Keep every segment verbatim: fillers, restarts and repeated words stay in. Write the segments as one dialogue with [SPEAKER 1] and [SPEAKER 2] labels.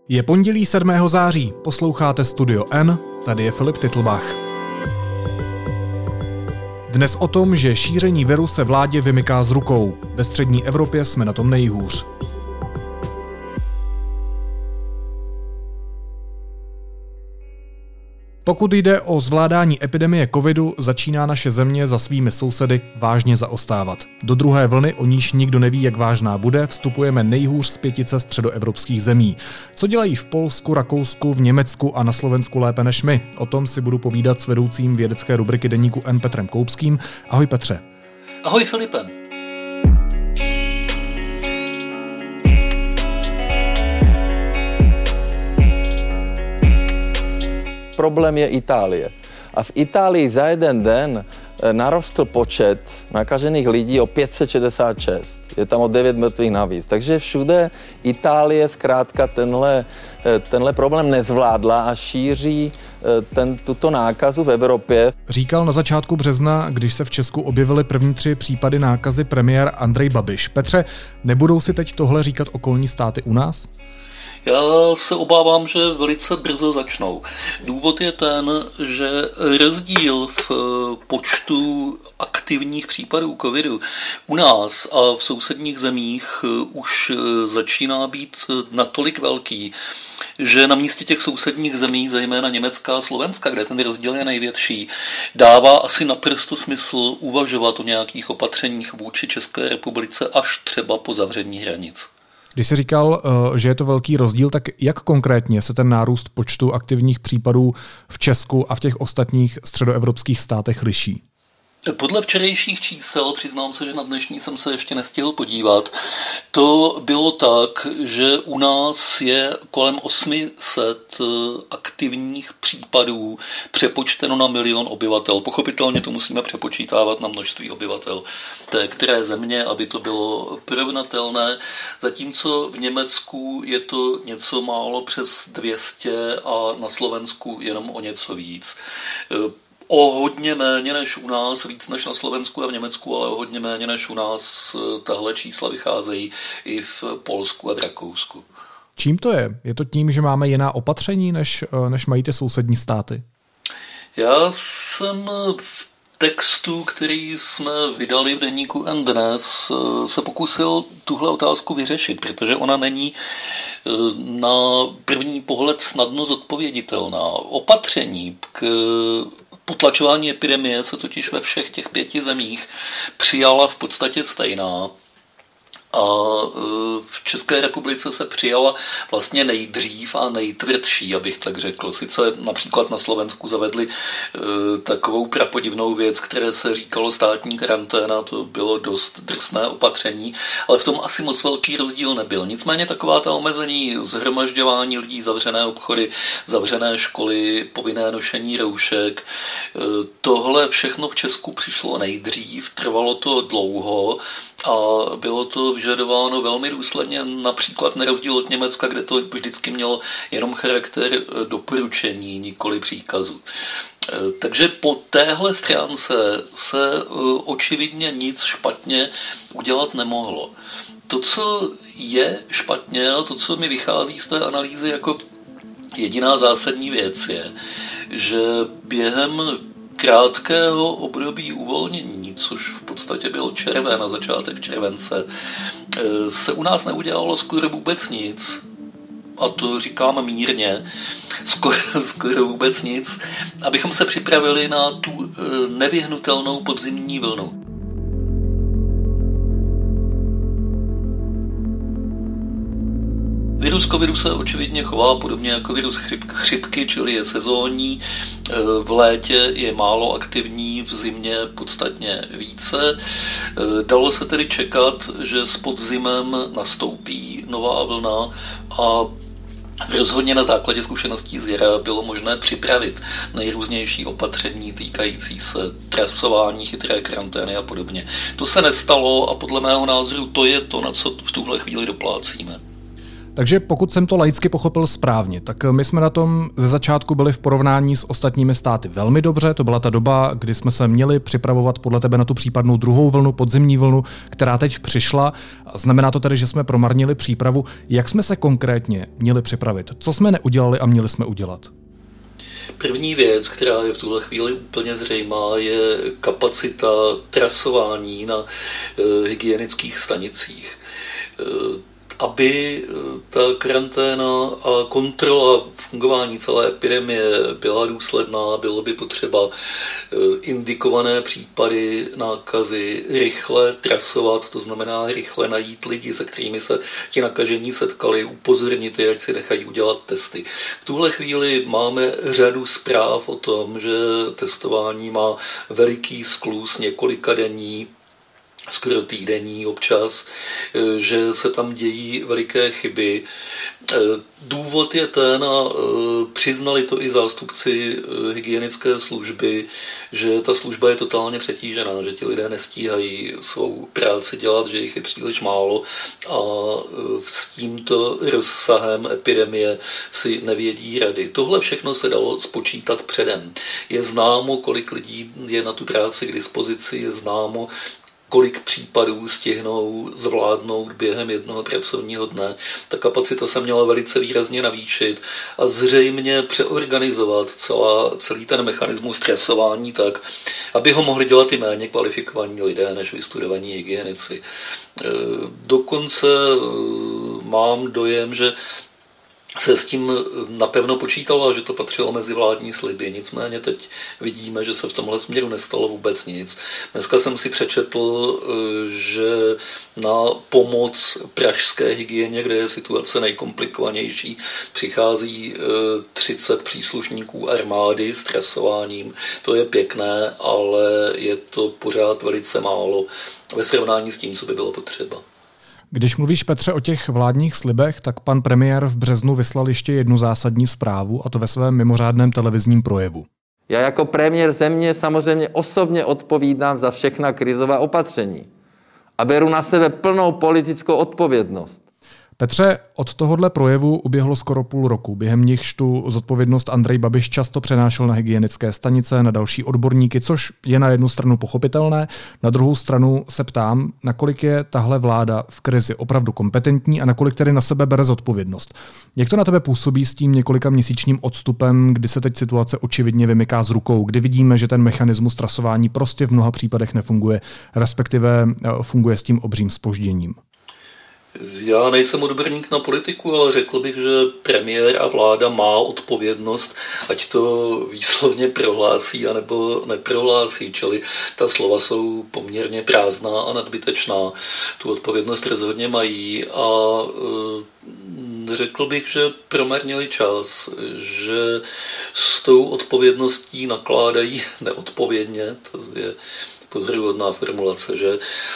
[SPEAKER 1] Je pondělí sedmého září, posloucháte Studio N, tady je Filip Titlbach. Dnes o tom, že šíření viru se vládě vymyká z rukou. Ve střední Evropě jsme na tom nejhůř. Pokud jde o zvládání epidemie covidu, začíná naše země za svými sousedy vážně zaostávat. Do druhé vlny, o níž nikdo neví, jak vážná bude, vstupujeme nejhůř z pětice středoevropských zemí. Co dělají v Polsku, Rakousku, v Německu a na Slovensku lépe než my? O tom si budu povídat s vedoucím vědecké rubriky deníku N Petrem Koupským. Ahoj Petře.
[SPEAKER 2] Ahoj Filipe.
[SPEAKER 3] Problém je Itálie. A v Itálii za jeden den narostl počet nakažených lidí o pět set šedesát šest. Je tam o devět mrtvých navíc. Takže všude Itálie zkrátka tenhle, tenhle problém nezvládla a šíří ten, tuto nákazu v Evropě.
[SPEAKER 1] Říkal na začátku března, když se v Česku objevily první tři případy nákazy, premiér Andrej Babiš. Petře, nebudou si teď tohle říkat okolní státy u nás?
[SPEAKER 2] Já se obávám, že velice brzo začnou. Důvod je ten, že rozdíl v počtu aktivních případů covidu u nás a v sousedních zemích už začíná být natolik velký, že na místě těch sousedních zemí, zejména Německa a Slovenska, kde ten rozdíl je největší, dává asi naprosto smysl uvažovat o nějakých opatřeních vůči České republice až třeba po zavření hranic.
[SPEAKER 1] Když jsi říkal, že je to velký rozdíl, tak jak konkrétně se ten nárůst počtu aktivních případů v Česku a v těch ostatních středoevropských státech liší?
[SPEAKER 2] Podle včerejších čísel, přiznám se, že na dnešní jsem se ještě nestihl podívat, to bylo tak, že u nás je kolem osm set aktivních případů přepočteno na milion obyvatel. Pochopitelně to musíme přepočítávat na množství obyvatel té které země, aby to bylo porovnatelné. Zatímco v Německu je to něco málo přes dvě stě a na Slovensku jenom o něco víc. O hodně méně než u nás, víc než na Slovensku a v Německu, ale o hodně méně než u nás tahle čísla vycházejí i v Polsku a v Rakousku.
[SPEAKER 1] Čím to je? Je to tím, že máme jiná opatření, než, než mají ty sousední státy?
[SPEAKER 2] Já jsem v textu, který jsme vydali v deníku N dnes, se pokusil tuhle otázku vyřešit, protože ona není na první pohled snadno zodpověditelná. Opatření k potlačování epidemie se totiž ve všech těch pěti zemích přijala v podstatě stejná. A v České republice se přijala vlastně nejdřív a nejtvrdší, abych tak řekl. Sice například na Slovensku zavedli takovou prapodivnou věc, které se říkalo státní karanténa, to bylo dost drsné opatření, ale v tom asi moc velký rozdíl nebyl. Nicméně taková ta omezení shromažďování lidí, zavřené obchody, zavřené školy, povinné nošení roušek, tohle všechno v Česku přišlo nejdřív, trvalo to dlouho a bylo to vyžadováno velmi důsledně, například na rozdíl od Německa, kde to vždycky mělo jenom charakter doporučení, nikoli příkazu. Takže po téhle stránce se očividně nic špatně udělat nemohlo. To, co je špatně, to, co mi vychází z té analýzy jako jediná zásadní věc, je, že během krátkého období uvolnění, což v podstatě byl červen, na začátek července, se u nás neudělalo skoro vůbec nic, a to říkám mírně, skoro, skoro vůbec nic, abychom se připravili na tu nevyhnutelnou podzimní vlnu. Virus covidu se očividně chová podobně jako virus chřip, chřipky, čili je sezónní. V létě je málo aktivní, v zimě podstatně více. Dalo se tedy čekat, že s podzimem nastoupí nová vlna a rozhodně na základě zkušeností z jara bylo možné připravit nejrůznější opatření týkající se trasování, chytré karantény a podobně. To se nestalo a podle mého názoru to je to, na co v tuhle chvíli doplácíme.
[SPEAKER 1] Takže pokud jsem to laicky pochopil správně, tak my jsme na tom ze začátku byli v porovnání s ostatními státy velmi dobře. To byla ta doba, kdy jsme se měli připravovat podle tebe na tu případnou druhou vlnu, podzimní vlnu, která teď přišla. Znamená to tedy, že jsme promarnili přípravu. Jak jsme se konkrétně měli připravit? Co jsme neudělali a měli jsme udělat?
[SPEAKER 2] První věc, která je v tuhle chvíli úplně zřejmá, je kapacita trasování na e, hygienických stanicích. E, aby ta karanténa a kontrola fungování celé epidemie byla důsledná, bylo by potřeba indikované případy nákazy rychle trasovat, to znamená rychle najít lidi, se kterými se ti nakažení setkali, upozornit je, ať si nechají udělat testy. V tuhle chvíli máme řadu zpráv o tom, že testování má veliký skluz několika denní, skoro týdenní občas, že se tam dějí veliké chyby. Důvod je ten, a přiznali to i zástupci hygienické služby, že ta služba je totálně přetížená, že ti lidé nestíhají svou práci dělat, že jich je příliš málo a s tímto rozsahem epidemie si nevědí rady. Tohle všechno se dalo spočítat předem. Je známo, kolik lidí je na tu práci k dispozici, je známo, kolik případů stihnou zvládnout během jednoho pracovního dne. Ta kapacita se měla velice výrazně navýšit a zřejmě přeorganizovat celá, celý ten mechanismus stresování tak, aby ho mohli dělat i méně kvalifikovaní lidé než vystudovaní hygienici. Dokonce mám dojem, že se s tím napevno počítalo, že to patřilo mezi vládní sliby. Nicméně teď vidíme, že se v tomhle směru nestalo vůbec nic. Dneska jsem si přečetl, že na pomoc pražské hygieně, kde je situace nejkomplikovanější, přichází třicet příslušníků armády s trasováním. To je pěkné, ale je to pořád velice málo ve srovnání s tím, co by bylo potřeba.
[SPEAKER 1] Když mluvíš, Petře, o těch vládních slibech, tak pan premiér v březnu vyslal ještě jednu zásadní zprávu, a to ve svém mimořádném televizním projevu.
[SPEAKER 3] Já jako premiér země samozřejmě osobně odpovídám za všechna krizová opatření a beru na sebe plnou politickou odpovědnost.
[SPEAKER 1] Petře, od tohohle projevu uběhlo skoro půl roku, během nichž tu zodpovědnost Andrej Babiš často přenášel na hygienické stanice, na další odborníky, což je na jednu stranu pochopitelné, na druhou stranu se ptám, nakolik je tahle vláda v krizi opravdu kompetentní a nakolik tedy na sebe bere zodpovědnost. Jak to na tebe působí s tím několika měsíčním odstupem, kdy se teď situace očividně vymyká z rukou, kdy vidíme, že ten mechanismus trasování prostě v mnoha případech nefunguje, respektive funguje s tím obřím zpožděním?
[SPEAKER 2] Já nejsem odborník na politiku, ale řekl bych, že premiér a vláda má odpovědnost, ať to výslovně prohlásí, anebo neprohlásí. Čili ta slova jsou poměrně prázdná a nadbytečná. Tu odpovědnost rozhodně mají a e, řekl bych, že promarnili čas, že s tou odpovědností nakládají neodpovědně, to je pozoruhodná formulace, že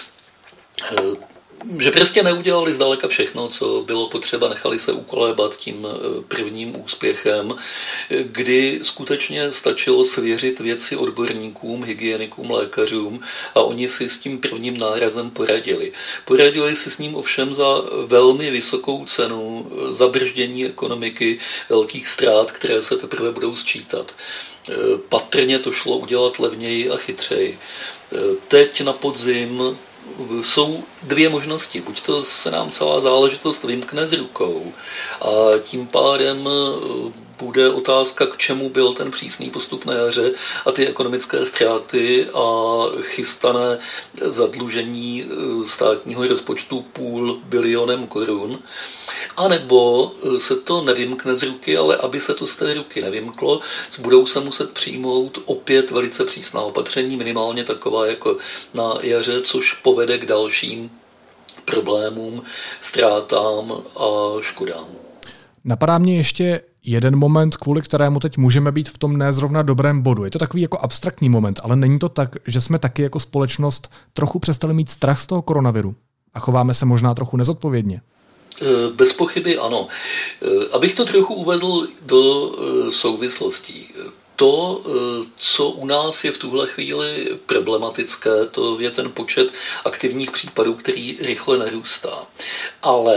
[SPEAKER 2] e, že prostě neudělali zdaleka všechno, co bylo potřeba, nechali se ukolébat tím prvním úspěchem, kdy skutečně stačilo svěřit věci odborníkům, hygienikům, lékařům a oni si s tím prvním nárazem poradili. Poradili si s ním ovšem za velmi vysokou cenu zabrždění ekonomiky, velkých ztrát, které se teprve budou sčítat. Patrně to šlo udělat levněji a chytřeji. Teď na podzim jsou dvě možnosti. Buď to se nám celá záležitost vymkne z rukou a tím pádem bude otázka, k čemu byl ten přísný postup na jaře a ty ekonomické ztráty a chystané zadlužení státního rozpočtu půl bilionem korun. A nebo se to nevymkne z ruky, ale aby se to z té ruky nevymklo, budou se muset přijmout opět velice přísná opatření, minimálně taková jako na jaře, což povede k dalším problémům, ztrátám a škodám.
[SPEAKER 1] Napadá mě ještě jeden moment, kvůli kterému teď můžeme být v tom nezrovna dobrém bodu. Je to takový jako abstraktní moment, ale není to tak, že jsme taky jako společnost trochu přestali mít strach z toho koronaviru a chováme se možná trochu nezodpovědně?
[SPEAKER 2] Bez pochyby ano. Abych to trochu uvedl do souvislostí. To, co u nás je v tuhle chvíli problematické, to je ten počet aktivních případů, který rychle narůstá. Ale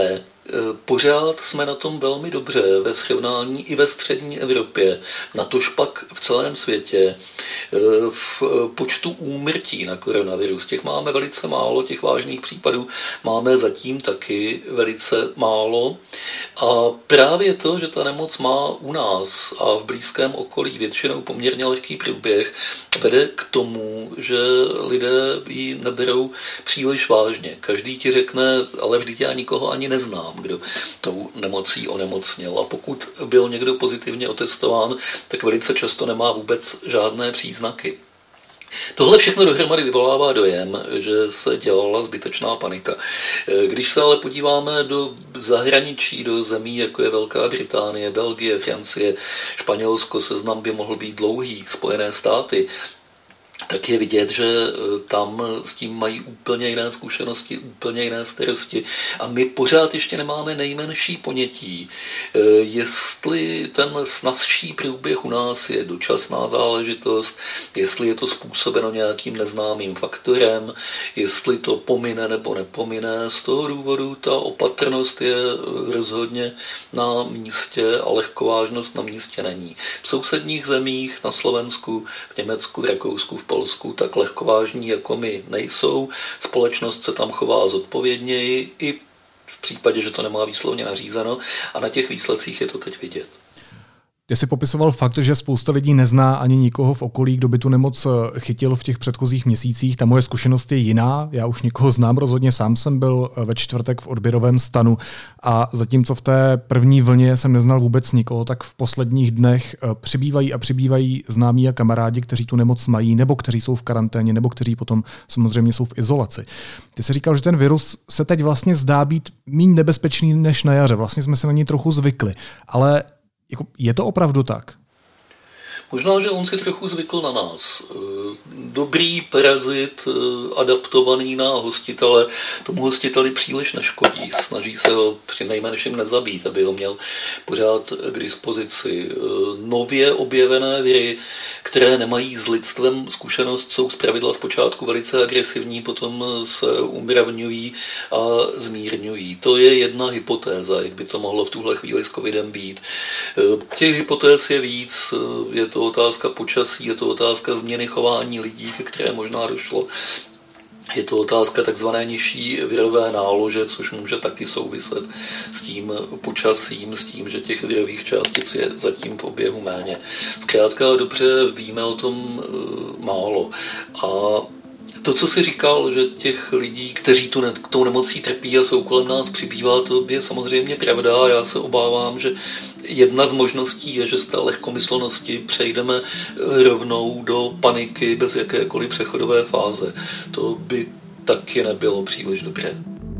[SPEAKER 2] Pořád jsme na tom velmi dobře ve srovnání i ve střední Evropě, natož pak v celém světě. V počtu úmrtí na koronavirus, těch máme velice málo, těch vážných případů máme zatím taky velice málo. A právě to, že ta nemoc má u nás a v blízkém okolí většinou poměrně lehký průběh, vede k tomu, že lidé ji neberou příliš vážně. Každý ti řekne, ale vždyť já nikoho ani neznám, kdo tou nemocí onemocněl. A pokud byl někdo pozitivně otestován, tak velice často nemá vůbec žádné příznaky. Tohle všechno dohromady vyvolává dojem, že se dělala zbytečná panika. Když se ale podíváme do zahraničí, do zemí, jako je Velká Británie, Belgie, Francie, Španělsko, seznam by mohl být dlouhý, Spojené státy, tak je vidět, že tam s tím mají úplně jiné zkušenosti, úplně jiné starosti a my pořád ještě nemáme nejmenší ponětí, jestli ten snazší průběh u nás je dočasná záležitost, jestli je to způsobeno nějakým neznámým faktorem, jestli to pomine nebo nepomine. Z toho důvodu ta opatrnost je rozhodně na místě a lehkovážnost na místě není. V sousedních zemích, na Slovensku, v Německu, v Rakousku, v Polsku, tak lehkovážní jako my nejsou. Společnost se tam chová zodpovědněji i v případě, že to nemá výslovně nařízeno a na těch výsledcích je to teď vidět.
[SPEAKER 1] Ty jsi popisoval fakt, že spousta lidí nezná ani nikoho v okolí, kdo by tu nemoc chytil v těch předchozích měsících. Ta moje zkušenost je jiná. Já už někoho znám, rozhodně sám jsem byl ve čtvrtek v odběrovém stanu a zatímco v té první vlně jsem neznal vůbec nikoho, tak v posledních dnech přibývají a přibývají známí a kamarádi, kteří tu nemoc mají, nebo kteří jsou v karanténě, nebo kteří potom samozřejmě jsou v izolaci. Ty jsi říkal, že ten virus se teď vlastně zdá být méně nebezpečný než na jaře. Vlastně jsme se na něj trochu zvykli, ale jako, je to opravdu tak?
[SPEAKER 2] Možná, že on si trochu zvykl na nás. Dobrý parazit, adaptovaný na hostitele, tomu hostiteli příliš neškodí. Snaží se ho při nejmenším nezabít, aby ho měl pořád k dispozici. Nově objevené viry, které nemají s lidstvem zkušenost, jsou zpravidla zpočátku velice agresivní, potom se umravňují a zmírňují. To je jedna hypotéza, jak by to mohlo v tuhle chvíli s covidem být. Těch hypotéz je víc, je to otázka počasí, je to otázka změny chování lidí, ke které možná došlo. Je to otázka takzvané nižší virové nálože, což může taky souviset s tím počasím, s tím, že těch virových částic je zatím v oběhu méně. Zkrátka dobře víme o tom málo. A to, co jsi říkal, že těch lidí, kteří tu ne, tou nemocí trpí a jsou kolem nás přibývá, to je samozřejmě pravda a já se obávám, že jedna z možností je, že z té lehkomyslnosti přejdeme rovnou do paniky bez jakékoliv přechodové fáze. To by taky nebylo příliš dobré.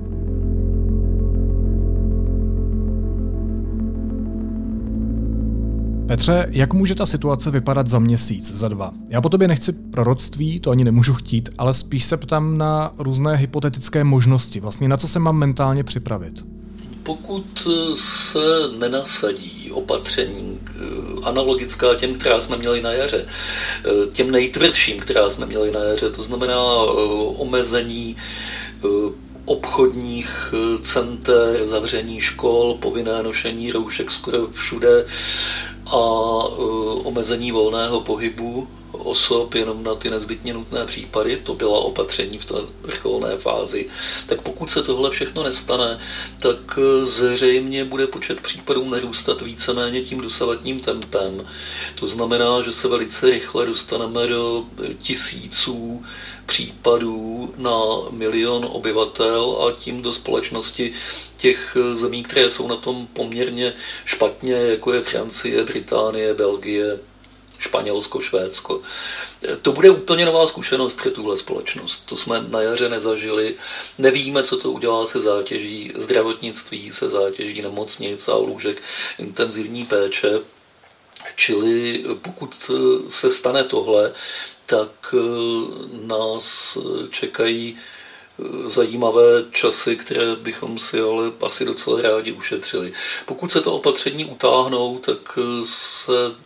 [SPEAKER 1] Petře, jak může ta situace vypadat za měsíc, za dva? Já po tobě nechci proroctví, to ani nemůžu chtít, ale spíš se ptám na různé hypotetické možnosti. Vlastně na co se mám mentálně připravit?
[SPEAKER 2] Pokud se nenasadí opatření analogická těm, která jsme měli na jaře, těm nejtvrdším, která jsme měli na jaře, to znamená omezení obchodních center, zavření škol, povinné nošení roušek skoro všude a omezení volného pohybu osob jenom na ty nezbytně nutné případy, to byla opatření v té vrcholné fázi, tak pokud se tohle všechno nestane, tak zřejmě bude počet případů narůstat víceméně tím dosavadním tempem. To znamená, že se velice rychle dostaneme do tisíců případů na milion obyvatel a tím do společnosti těch zemí, které jsou na tom poměrně špatně, jako je Francie, Británie, Belgie, Španělsko, Švédsko. To bude úplně nová zkušenost pro tuhle společnost. To jsme na jaře nezažili. Nevíme, co to udělá se zátěží zdravotnictví, se zátěží nemocnic a lůžek intenzivní péče. Čili pokud se stane tohle, tak nás čekají zajímavé časy, které bychom si ale asi docela rádi ušetřili. Pokud se to opatření utáhnou, tak se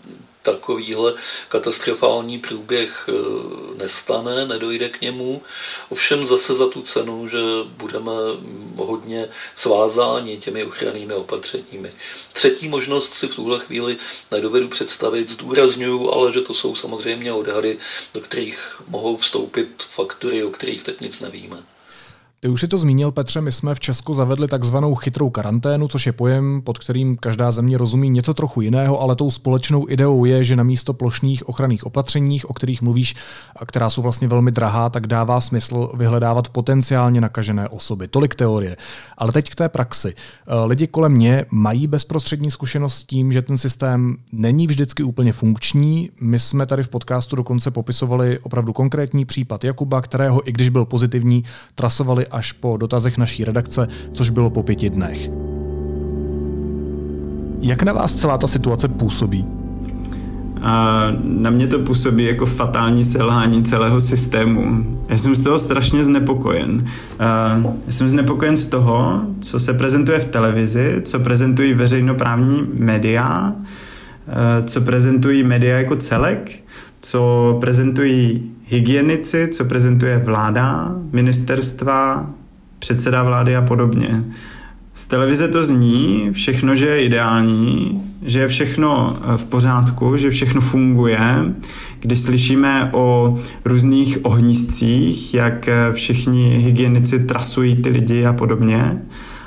[SPEAKER 2] takovýhle katastrofální průběh nestane, nedojde k němu. Ovšem zase za tu cenu, že budeme hodně svázáni těmi ochrannými opatřeními. Třetí možnost si v tuhle chvíli nedovedu představit, zdůrazňuju, ale že to jsou samozřejmě odhady, do kterých mohou vstoupit faktory, o kterých teď nic nevíme.
[SPEAKER 1] Ty už si to zmínil, Petře, my jsme v Česku zavedli takzvanou chytrou karanténu, což je pojem, pod kterým každá země rozumí něco trochu jiného, ale tou společnou ideou je, že namísto plošných ochranných opatřeních, o kterých mluvíš, a která jsou vlastně velmi drahá, tak dává smysl vyhledávat potenciálně nakažené osoby. Tolik teorie. Ale teď k té praxi. Lidi kolem mě mají bezprostřední zkušenost s tím, že ten systém není vždycky úplně funkční. My jsme tady v podcastu dokonce popisovali opravdu konkrétní případ Jakuba, kterého, i když byl pozitivní, trasovali až po dotazech naší redakce, což bylo po pěti dnech. Jak na vás celá ta situace působí?
[SPEAKER 4] A na mě to působí jako fatální selhání celého systému. Já jsem z toho strašně znepokojen. A já jsem znepokojen z toho, co se prezentuje v televizi, co prezentují veřejnoprávní média, co prezentují média jako celek, co prezentují hygienici, co prezentuje vláda, ministerstva, předseda vlády a podobně. Z televize to zní všechno, že je ideální, že je všechno v pořádku, že všechno funguje. Když slyšíme o různých ohniscích, jak všichni hygienici trasují ty lidi a podobně,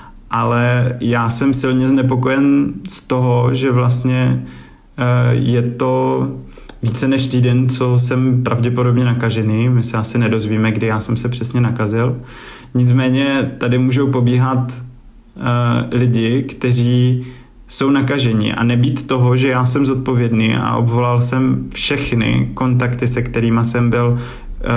[SPEAKER 4] ale já jsem silně znepokojen z toho, že vlastně je to více než týden, co jsem pravděpodobně nakažený. My se asi nedozvíme, kdy já jsem se přesně nakazil. Nicméně tady můžou pobíhat uh, lidi, kteří jsou nakaženi a nebýt toho, že já jsem zodpovědný a obvolal jsem všechny kontakty, se kterými jsem byl uh,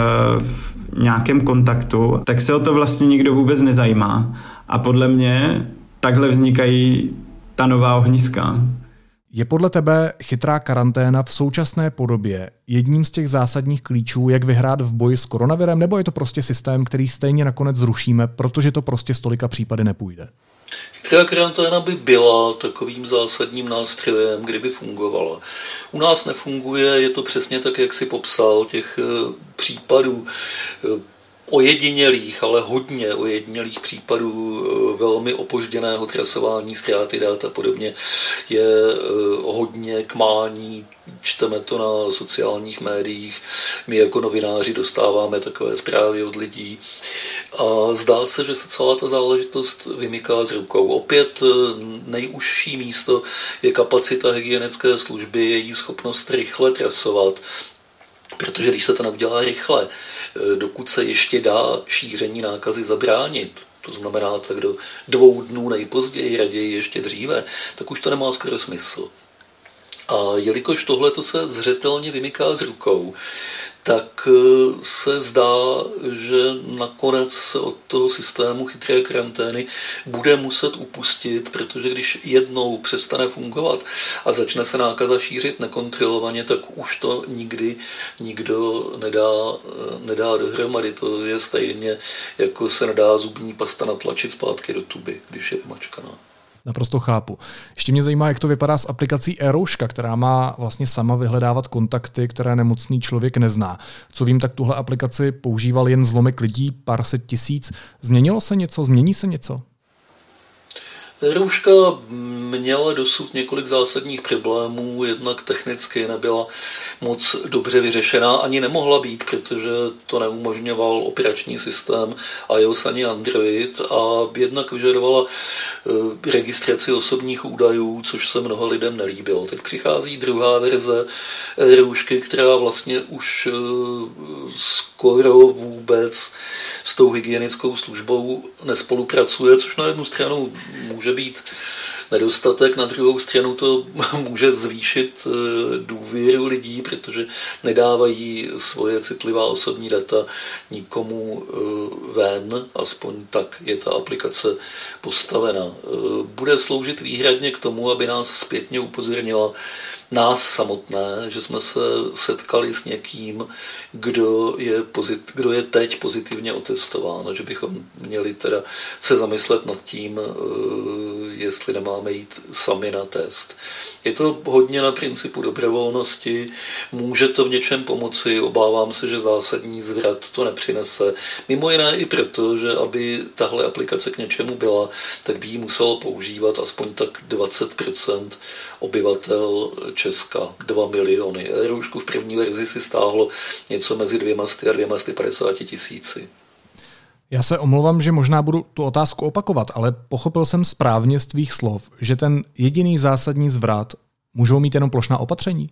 [SPEAKER 4] v nějakém kontaktu, tak se o to vlastně nikdo vůbec nezajímá. A podle mě takhle vznikají ta nová ohniska.
[SPEAKER 1] Je podle tebe chytrá karanténa v současné podobě jedním z těch zásadních klíčů, jak vyhrát v boji s koronavirem, nebo je to prostě systém, který stejně nakonec zrušíme, protože to prostě z tolika případy nepůjde?
[SPEAKER 2] Chytrá karanténa by byla takovým zásadním nástrojem, kdyby fungovala. U nás nefunguje, je to přesně tak, jak si popsal, těch případů ojedinělých, ale hodně ojedinělých případů velmi opožděného trasování, ztráty dat a podobně je hodně k mání. Čteme to na sociálních médiích, my jako novináři dostáváme takové zprávy od lidí a zdá se, že se celá ta záležitost vymyká z rukou. Opět nejužší místo je kapacita hygienické služby, její schopnost rychle trasovat. Protože když se to neudělá rychle, dokud se ještě dá šíření nákazy zabránit, to znamená tak do dvou dnů nejpozději, raději ještě dříve, tak už to nemá skoro smysl. A jelikož tohle to se zřetelně vymyká z rukou, tak se zdá, že nakonec se od toho systému chytré karantény bude muset upustit, protože když jednou přestane fungovat a začne se nákaza šířit nekontrolovaně, tak už to nikdy nikdo nedá, nedá dohromady. To je stejně, jako se nedá zubní pasta natlačit zpátky do tuby, když je vymačkaná.
[SPEAKER 1] Naprosto chápu. Ještě mě zajímá, jak to vypadá s aplikací eRouška, která má vlastně sama vyhledávat kontakty, které nemocný člověk nezná. Co vím, tak tuhle aplikaci používal jen zlomek lidí, pár set tisíc. Změnilo se něco? Změní se něco?
[SPEAKER 2] eRouška měla dosud několik zásadních problémů, jednak technicky nebyla moc dobře vyřešená, ani nemohla být, protože to neumožňoval operační systém iOS ani Android a jednak vyžadovala registraci osobních údajů, což se mnoha lidem nelíbilo. Teď přichází druhá verze eRoušky, která vlastně už skoro vůbec s tou hygienickou službou nespolupracuje, což na jednu stranu může být nedostatek, na druhou stranu to může zvýšit důvěru lidí, protože nedávají svoje citlivá osobní data nikomu ven, aspoň tak je ta aplikace postavena. Bude sloužit výhradně k tomu, aby nás zpětně upozornila nás samotné, že jsme se setkali s někým, kdo je, pozit, kdo je teď pozitivně otestován, že bychom měli teda se zamyslet nad tím, jestli nemáme jít sami na test. Je to hodně na principu dobrovolnosti, může to v něčem pomoci, obávám se, že zásadní zvrat to nepřinese. Mimo jiné i proto, že aby tahle aplikace k něčemu byla, tak by ji muselo používat aspoň tak dvacet procent obyvatel Česka, dva miliony. E-roušku v první verzi si stáhlo něco mezi dvěma sty a dvěma sty padesáti tisíci.
[SPEAKER 1] Já se omlouvám, že možná budu tu otázku opakovat, ale pochopil jsem správně z tvých slov, že ten jediný zásadní zvrat můžou mít jenom plošná opatření?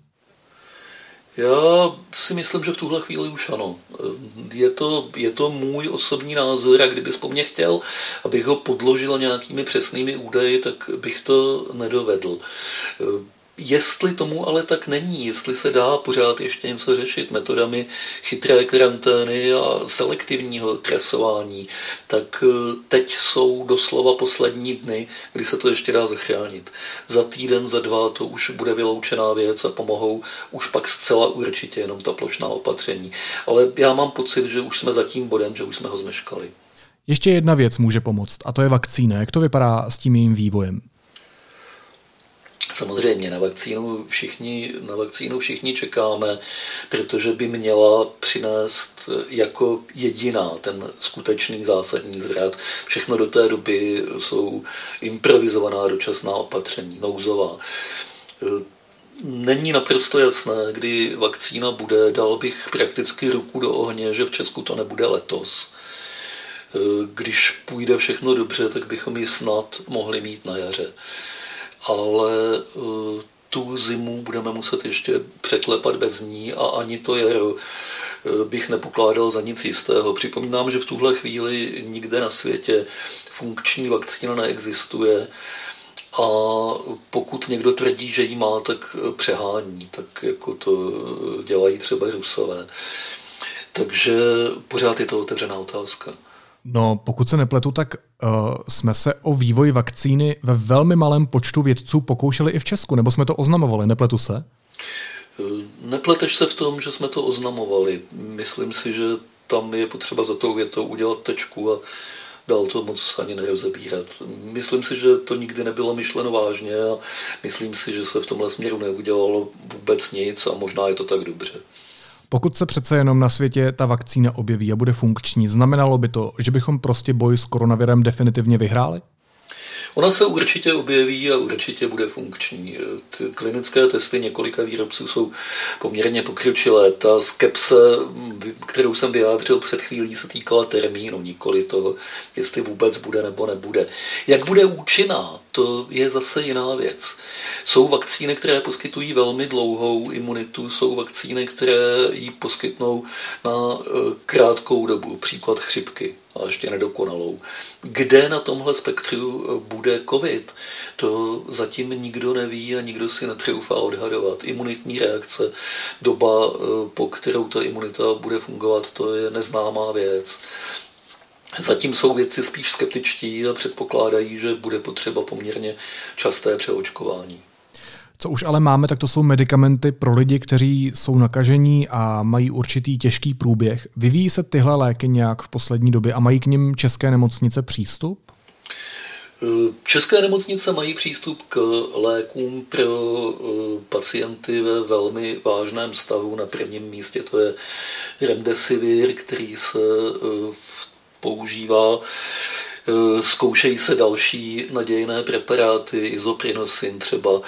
[SPEAKER 2] Já si myslím, že v tuhle chvíli už ano. Je to, je to můj osobní názor a kdybys po mně chtěl, abych ho podložil nějakými přesnými údaji, tak bych to nedovedl. Jestli tomu ale tak není, jestli se dá pořád ještě něco řešit metodami chytré karantény a selektivního trasování, tak teď jsou doslova poslední dny, kdy se to ještě dá zachránit. Za týden, za dva to už bude vyloučená věc a pomohou už pak zcela určitě jenom ta plošná opatření. Ale já mám pocit, že už jsme za tím bodem, že už jsme ho zmeškali.
[SPEAKER 1] Ještě jedna věc může pomoct a to je vakcína. Jak to vypadá s tím jejím vývojem?
[SPEAKER 2] Samozřejmě na vakcínu všichni, na vakcínu všichni čekáme, protože by měla přinést jako jediná ten skutečný zásadní zvrat. Všechno do té doby jsou improvizovaná dočasná opatření, nouzová. Není naprosto jasné, kdy vakcína bude. Dal bych prakticky ruku do ohně, že v Česku to nebude letos. Když půjde všechno dobře, tak bychom ji snad mohli mít na jaře. Ale uh, tu zimu budeme muset ještě překlepat bez ní a ani to jaro uh, bych nepokládal za nic jistého. Připomínám, že v tuhle chvíli nikde na světě funkční vakcína neexistuje a pokud někdo tvrdí, že ji má, tak přehání, tak jako to dělají třeba Rusové. Takže pořád je to otevřená otázka.
[SPEAKER 1] No, pokud se nepletu, tak uh, jsme se o vývoj vakcíny ve velmi malém počtu vědců pokoušeli i v Česku, nebo jsme to oznamovali, nepletu se?
[SPEAKER 2] Nepleteš se v tom, že jsme to oznamovali. Myslím si, že tam je potřeba za tou větou udělat tečku a dál to moc ani nerozebírat. Myslím si, že to nikdy nebylo myšleno vážně a myslím si, že se v tomhle směru neudělalo vůbec nic a možná je to tak dobře.
[SPEAKER 1] Pokud se přece jenom na světě ta vakcína objeví a bude funkční, znamenalo by to, že bychom prostě boj s koronavirem definitivně vyhráli?
[SPEAKER 2] Ona se určitě objeví a určitě bude funkční. Ty klinické testy několika výrobců jsou poměrně pokročilé. Ta skepse, kterou jsem vyjádřil před chvílí, se týkala termínu, nikoli toho, jestli vůbec bude nebo nebude. Jak bude účinná, to je zase jiná věc. Jsou vakcíny, které poskytují velmi dlouhou imunitu, jsou vakcíny, které ji poskytnou na krátkou dobu, příklad chřipky. A ještě nedokonalou. Kde na tomhle spektru bude covid, to zatím nikdo neví a nikdo si netroufá odhadovat. Imunitní reakce, doba, po kterou ta imunita bude fungovat, to je neznámá věc. Zatím jsou vědci spíš skeptičtí a předpokládají, že bude potřeba poměrně časté přeočkování.
[SPEAKER 1] Co už ale máme, tak to jsou medikamenty pro lidi, kteří jsou nakažení a mají určitý těžký průběh. Vyvíjí se tyhle léky nějak v poslední době a mají k nim české nemocnice přístup?
[SPEAKER 2] České nemocnice mají přístup k lékům pro pacienty ve velmi vážném stavu. Na prvním místě to je Remdesivir, který se používá. Zkoušejí se další nadějné preparáty, Isoprinosin třeba.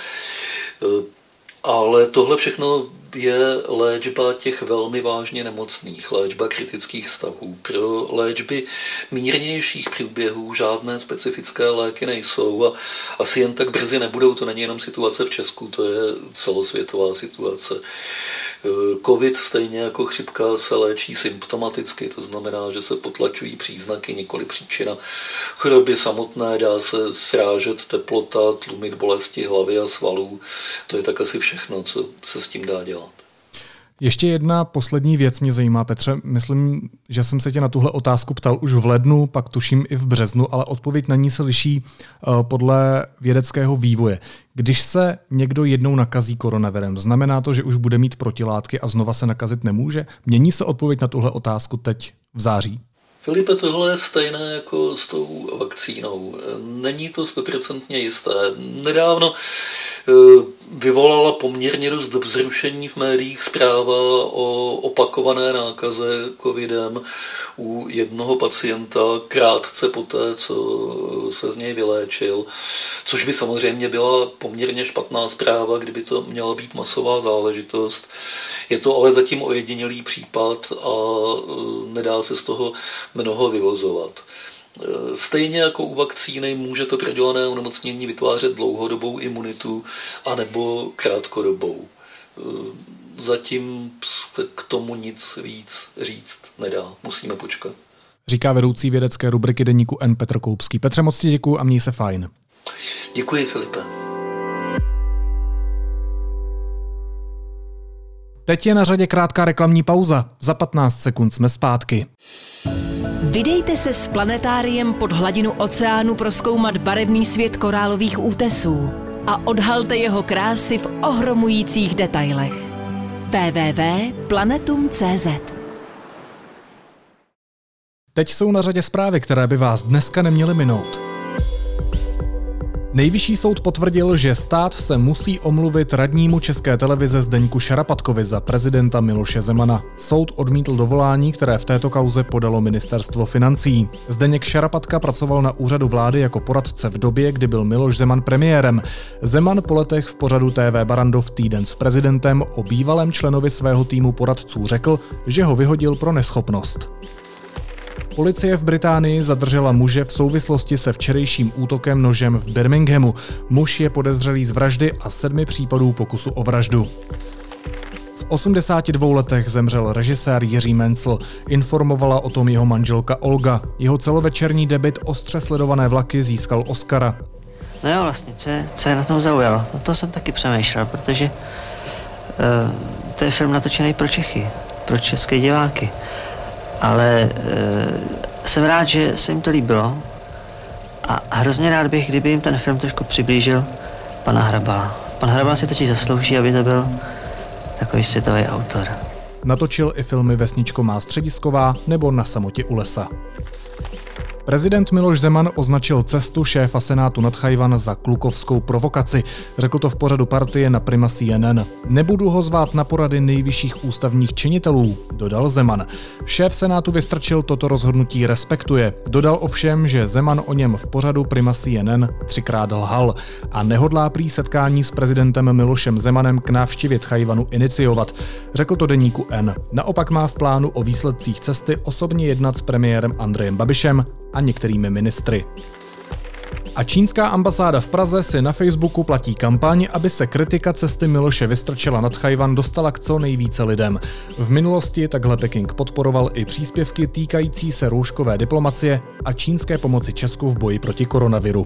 [SPEAKER 2] Ale tohle všechno je léčba těch velmi vážně nemocných, léčba kritických stavů. Pro léčby mírnějších průběhů žádné specifické léky nejsou a asi jen tak brzy nebudou. To není jenom situace v Česku, to je celosvětová situace. Covid stejně jako chřipka se léčí symptomaticky, to znamená, že se potlačují příznaky, nikoli příčina choroby samotné, dá se srážet teplota, tlumit bolesti hlavy a svalů. To je tak asi všechno, co se s tím dá dělat.
[SPEAKER 1] Ještě jedna poslední věc mě zajímá, Petře. Myslím, že jsem se tě na tuhle otázku ptal už v lednu, pak tuším i v březnu, ale odpověď na ní se liší uh, podle vědeckého vývoje. Když se někdo jednou nakazí koronavirem, znamená to, že už bude mít protilátky a znova se nakazit nemůže? Mění se odpověď na tuhle otázku teď v září?
[SPEAKER 2] Filipe, tohle je stejné jako s tou vakcínou. Není to stoprocentně jisté. Nedávno vyvolala poměrně dost vzrušení v médiích zpráva o opakované nákaze covidem u jednoho pacienta krátce poté, co se z něj vyléčil, což by samozřejmě byla poměrně špatná zpráva, kdyby to měla být masová záležitost. Je to ale zatím ojedinělý případ a nedá se z toho mnoho vyvozovat. Stejně jako u vakcíny může to prodělané onemocnění vytvářet dlouhodobou imunitu anebo krátkodobou. Zatím se k tomu nic víc říct nedá. Musíme počkat.
[SPEAKER 1] Říká vedoucí vědecké rubriky deníku N Petr Koupský. Petře, moc ti děkuju a měj se fajn.
[SPEAKER 2] Děkuji, Filipe.
[SPEAKER 1] Teď je na řadě krátká reklamní pauza. Za patnáct sekund jsme zpátky.
[SPEAKER 5] Vydejte se s planetáriem pod hladinu oceánu prozkoumat barevný svět korálových útesů a odhalte jeho krásy v ohromujících detailech. w w w tečka planetum tečka c z
[SPEAKER 1] Teď jsou na řadě zprávy, které by vás dneska neměly minout. Nejvyšší soud potvrdil, že stát se musí omluvit radnímu České televize Zdeňku Šarapatkovi za prezidenta Miloše Zemana. Soud odmítl dovolání, které v této kauze podalo ministerstvo financí. Zdeněk Šarapatka pracoval na úřadu vlády jako poradce v době, kdy byl Miloš Zeman premiérem. Zeman po letech v pořadu T V Barrandov Týden s prezidentem o bývalém členovi svého týmu poradců řekl, že ho vyhodil pro neschopnost. Policie v Británii zadržela muže v souvislosti se včerejším útokem nožem v Birminghamu. Muž je podezřelý z vraždy a sedmi případů pokusu o vraždu. V osmdesáti dvou letech zemřel režisér Jiří Mencl. Informovala o tom jeho manželka Olga. Jeho celovečerní debut Ostře sledované vlaky získal Oscara.
[SPEAKER 6] No jo, vlastně, co je, co je na tom zaujalo? No to jsem taky přemýšlel, protože uh, to je film natočený pro Čechy, pro české diváky. Ale e, jsem rád, že se jim to líbilo a hrozně rád bych, kdyby jim ten film trošku přiblížil pana Hrabala. Pan Hrabal si totiž zaslouží, aby to byl takový světový autor.
[SPEAKER 1] Natočil i filmy Vesničko má středisková nebo Na samotě u lesa. Prezident Miloš Zeman označil cestu šéfa Senátu nad Tchaj-wan za klukovskou provokaci. Řekl to v pořadu Partie na Prima C N N. Nebudu ho zvát na porady nejvyšších ústavních činitelů, dodal Zeman. Šéf Senátu Vystrčil toto rozhodnutí respektuje. Dodal ovšem, že Zeman o něm v pořadu Prima C N N třikrát lhal a nehodlá prý setkání s prezidentem Milošem Zemanem k návštěvě Tchaj-wanu iniciovat. Řekl to deníku N. Naopak má v plánu o výsledcích cesty osobně jednat s premiérem Andrejem Babišem a některými ministry. A čínská ambasáda v Praze si na Facebooku platí kampaň, aby se kritika cesty Miloše Vystrčila nad Tchaj-wan dostala k co nejvíce lidem. V minulosti takhle Peking podporoval i příspěvky týkající se rouškové diplomacie a čínské pomoci Česku v boji proti koronaviru.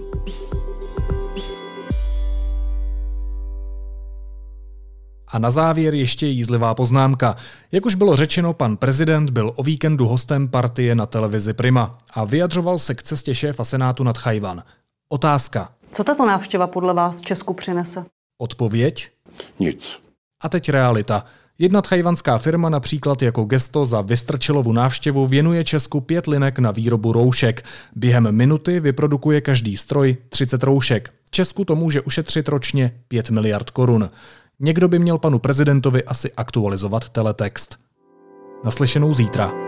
[SPEAKER 1] A na závěr ještě jízlivá poznámka. Jak už bylo řečeno, pan prezident byl o víkendu hostem Partie na televizi Prima a vyjadřoval se k cestě šéfa Senátu nad Tchaj-wan. Otázka.
[SPEAKER 7] Co tato návštěva podle vás Česku přinese?
[SPEAKER 1] Odpověď?
[SPEAKER 8] Nic.
[SPEAKER 1] A teď realita. Jedna tchajwanská firma například jako gesto za Vystrčilovu návštěvu věnuje Česku pět linek na výrobu roušek. Během minuty vyprodukuje každý stroj třicet roušek. Česku to může ušetřit ročně pět miliard korun. Někdo by měl panu prezidentovi asi aktualizovat teletext. Naslyšenou zítra.